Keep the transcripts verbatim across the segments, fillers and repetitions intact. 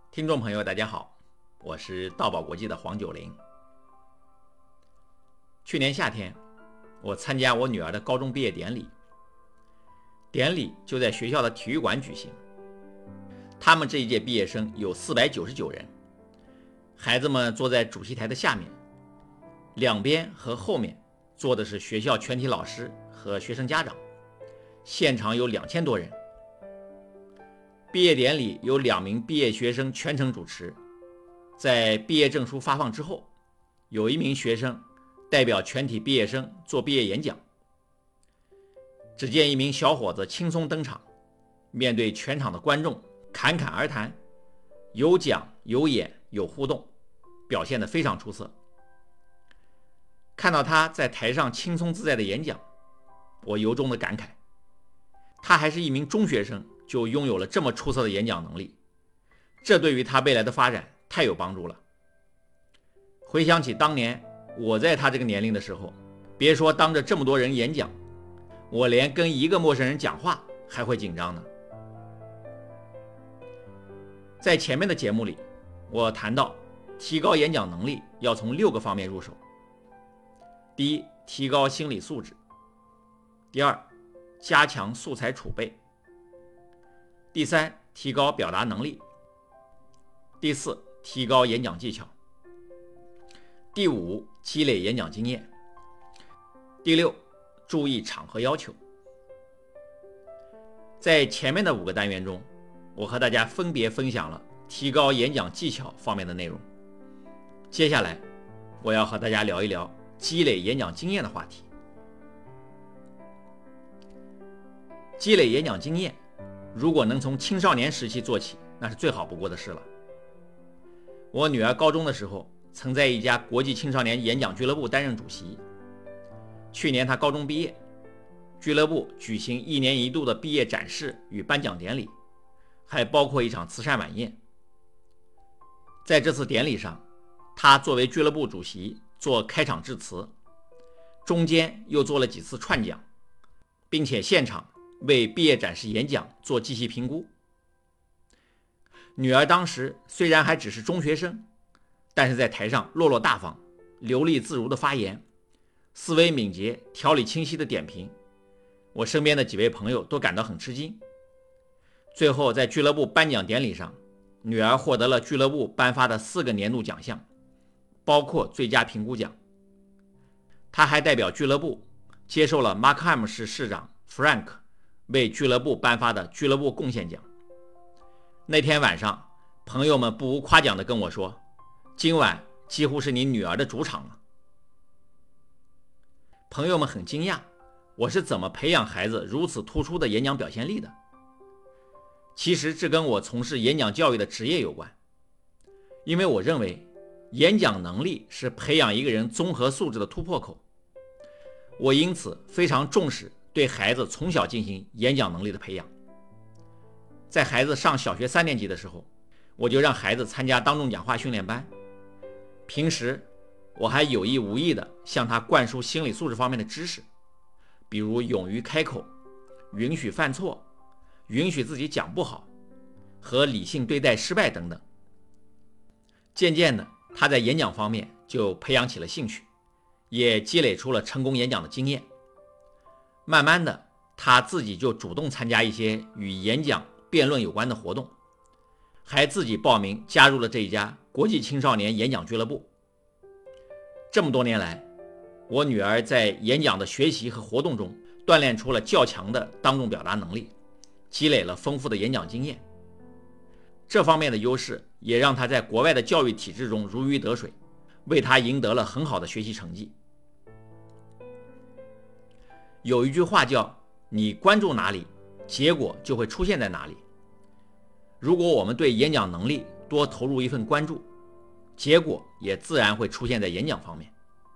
听众朋友大家好，我是道宝国际的黄九龄。去年夏天，我参加我女儿的高中毕业典礼，典礼就在学校的体育馆举行。他们这一届毕业生有四百九十九人，孩子们坐在主席台的下面，两边和后面坐的是学校全体老师和学生家长，现场有两千多人。毕业典礼由两名毕业学生全程主持，在毕业证书发放之后，有一名学生代表全体毕业生做毕业演讲。只见一名小伙子轻松登场，面对全场的观众侃侃而谈，有讲有演有互动，表现得非常出色。看到他在台上轻松自在的演讲，我由衷的感慨，他还是一名中学生就拥有了这么出色的演讲能力，这对于他未来的发展太有帮助了。回想起当年我在他这个年龄的时候，别说当着这么多人演讲，我连跟一个陌生人讲话还会紧张呢。在前面的节目里，我谈到提高演讲能力要从六个方面入手。第一，提高心理素质；第二，加强素材储备；第三，提高表达能力；第四，提高演讲技巧；第五，积累演讲经验；第六，注意场合要求。在前面的五个单元中，我和大家分别分享了提高演讲技巧方面的内容。接下来，我要和大家聊一聊积累演讲经验的话题。积累演讲经验，如果能从青少年时期做起，那是最好不过的事了。我女儿高中的时候，曾在一家国际青少年演讲俱乐部担任主席。去年她高中毕业，俱乐部举行一年一度的毕业展示与颁奖典礼，还包括一场慈善晚宴。在这次典礼上，她作为俱乐部主席做开场致辞，中间又做了几次串讲，并且现场为毕业展示演讲做绩效评估。女儿当时虽然还只是中学生，但是在台上落落大方，流利自如的发言，思维敏捷，条理清晰的点评，我身边的几位朋友都感到很吃惊。最后在俱乐部颁奖典礼上，女儿获得了俱乐部颁发的四个年度奖项，包括最佳评估奖。她还代表俱乐部接受了马克汉姆市市长 Frank 为俱乐部颁发的俱乐部贡献奖。那天晚上，朋友们不无夸奖地跟我说，今晚几乎是你女儿的主场了。朋友们很惊讶，我是怎么培养孩子如此突出的演讲表现力的？其实这跟我从事演讲教育的职业有关，因为我认为演讲能力是培养一个人综合素质的突破口。我因此非常重视对孩子从小进行演讲能力的培养。在孩子上小学三年级的时候，我就让孩子参加当众讲话训练班。平时我还有意无意地向他灌输心理素质方面的知识，比如勇于开口，允许犯错，允许自己讲不好，和理性对待失败等等。渐渐的，他在演讲方面就培养起了兴趣，也积累出了成功演讲的经验。慢慢的，他自己就主动参加一些与演讲、辩论有关的活动，还自己报名加入了这一家国际青少年演讲俱乐部。这么多年来，我女儿在演讲的学习和活动中锻炼出了较强的当众表达能力，积累了丰富的演讲经验。这方面的优势也让她在国外的教育体制中如鱼得水，为她赢得了很好的学习成绩。有一句话叫，你关注哪里，结果就会出现在哪里。如果我们对演讲能力多投入一份关注，结果也自然会出现在演讲方面。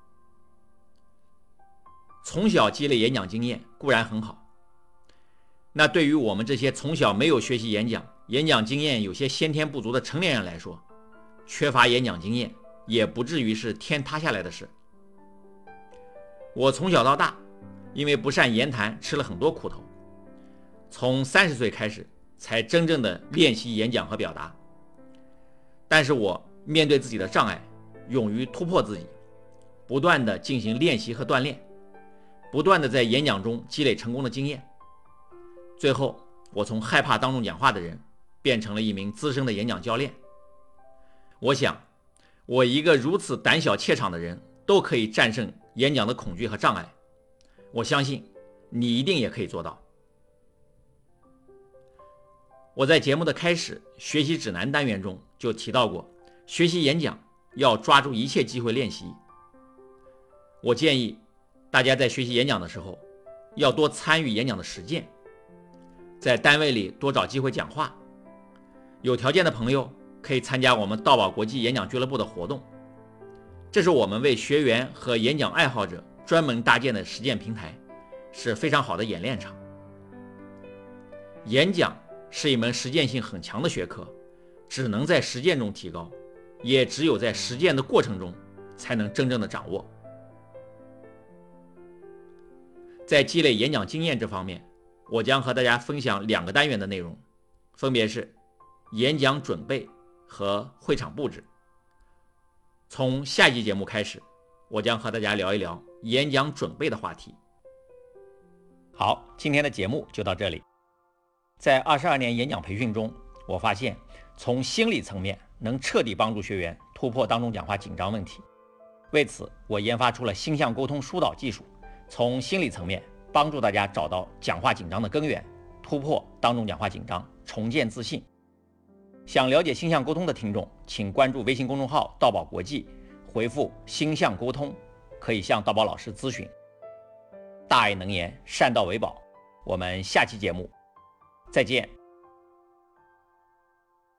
从小积累演讲经验固然很好，那对于我们这些从小没有学习演讲、演讲经验有些先天不足的成年人来说，缺乏演讲经验也不至于是天塌下来的事。我从小到大，因为不善言谈吃了很多苦头，从三十岁开始才真正的练习演讲和表达。 但是我面对自己的障碍，勇于突破自己，不断的进行练习和锻炼，不断的在演讲中积累成功的经验。最后，我从害怕当众讲话的人变成了一名资深的演讲教练。我想，我一个如此胆小怯场的人都可以战胜演讲的恐惧和障碍，我相信你一定也可以做到。我在节目的开始学习指南单元中就提到过，学习演讲要抓住一切机会练习。我建议大家在学习演讲的时候要多参与演讲的实践，在单位里多找机会讲话，有条件的朋友可以参加我们道宝国际演讲俱乐部的活动，这是我们为学员和演讲爱好者专门搭建的实践平台，是非常好的演练场。演讲是一门实践性很强的学科，只能在实践中提高，也只有在实践的过程中才能真正的掌握。在积累演讲经验这方面，我将和大家分享两个单元的内容，分别是演讲准备和会场布置。从下期节目开始，我将和大家聊一聊演讲准备的话题。好，今天的节目就到这里。在二十二年演讲培训中，我发现从心理层面能彻底帮助学员突破当众讲话紧张问题。为此，我研发出了星象沟通疏导技术，从心理层面帮助大家找到讲话紧张的根源，突破当众讲话紧张，重建自信。想了解星象沟通的听众，请关注微信公众号道宝国际，回复星象沟通，可以向道宝老师咨询。大爱能言，善道为宝。我们下期节目再见。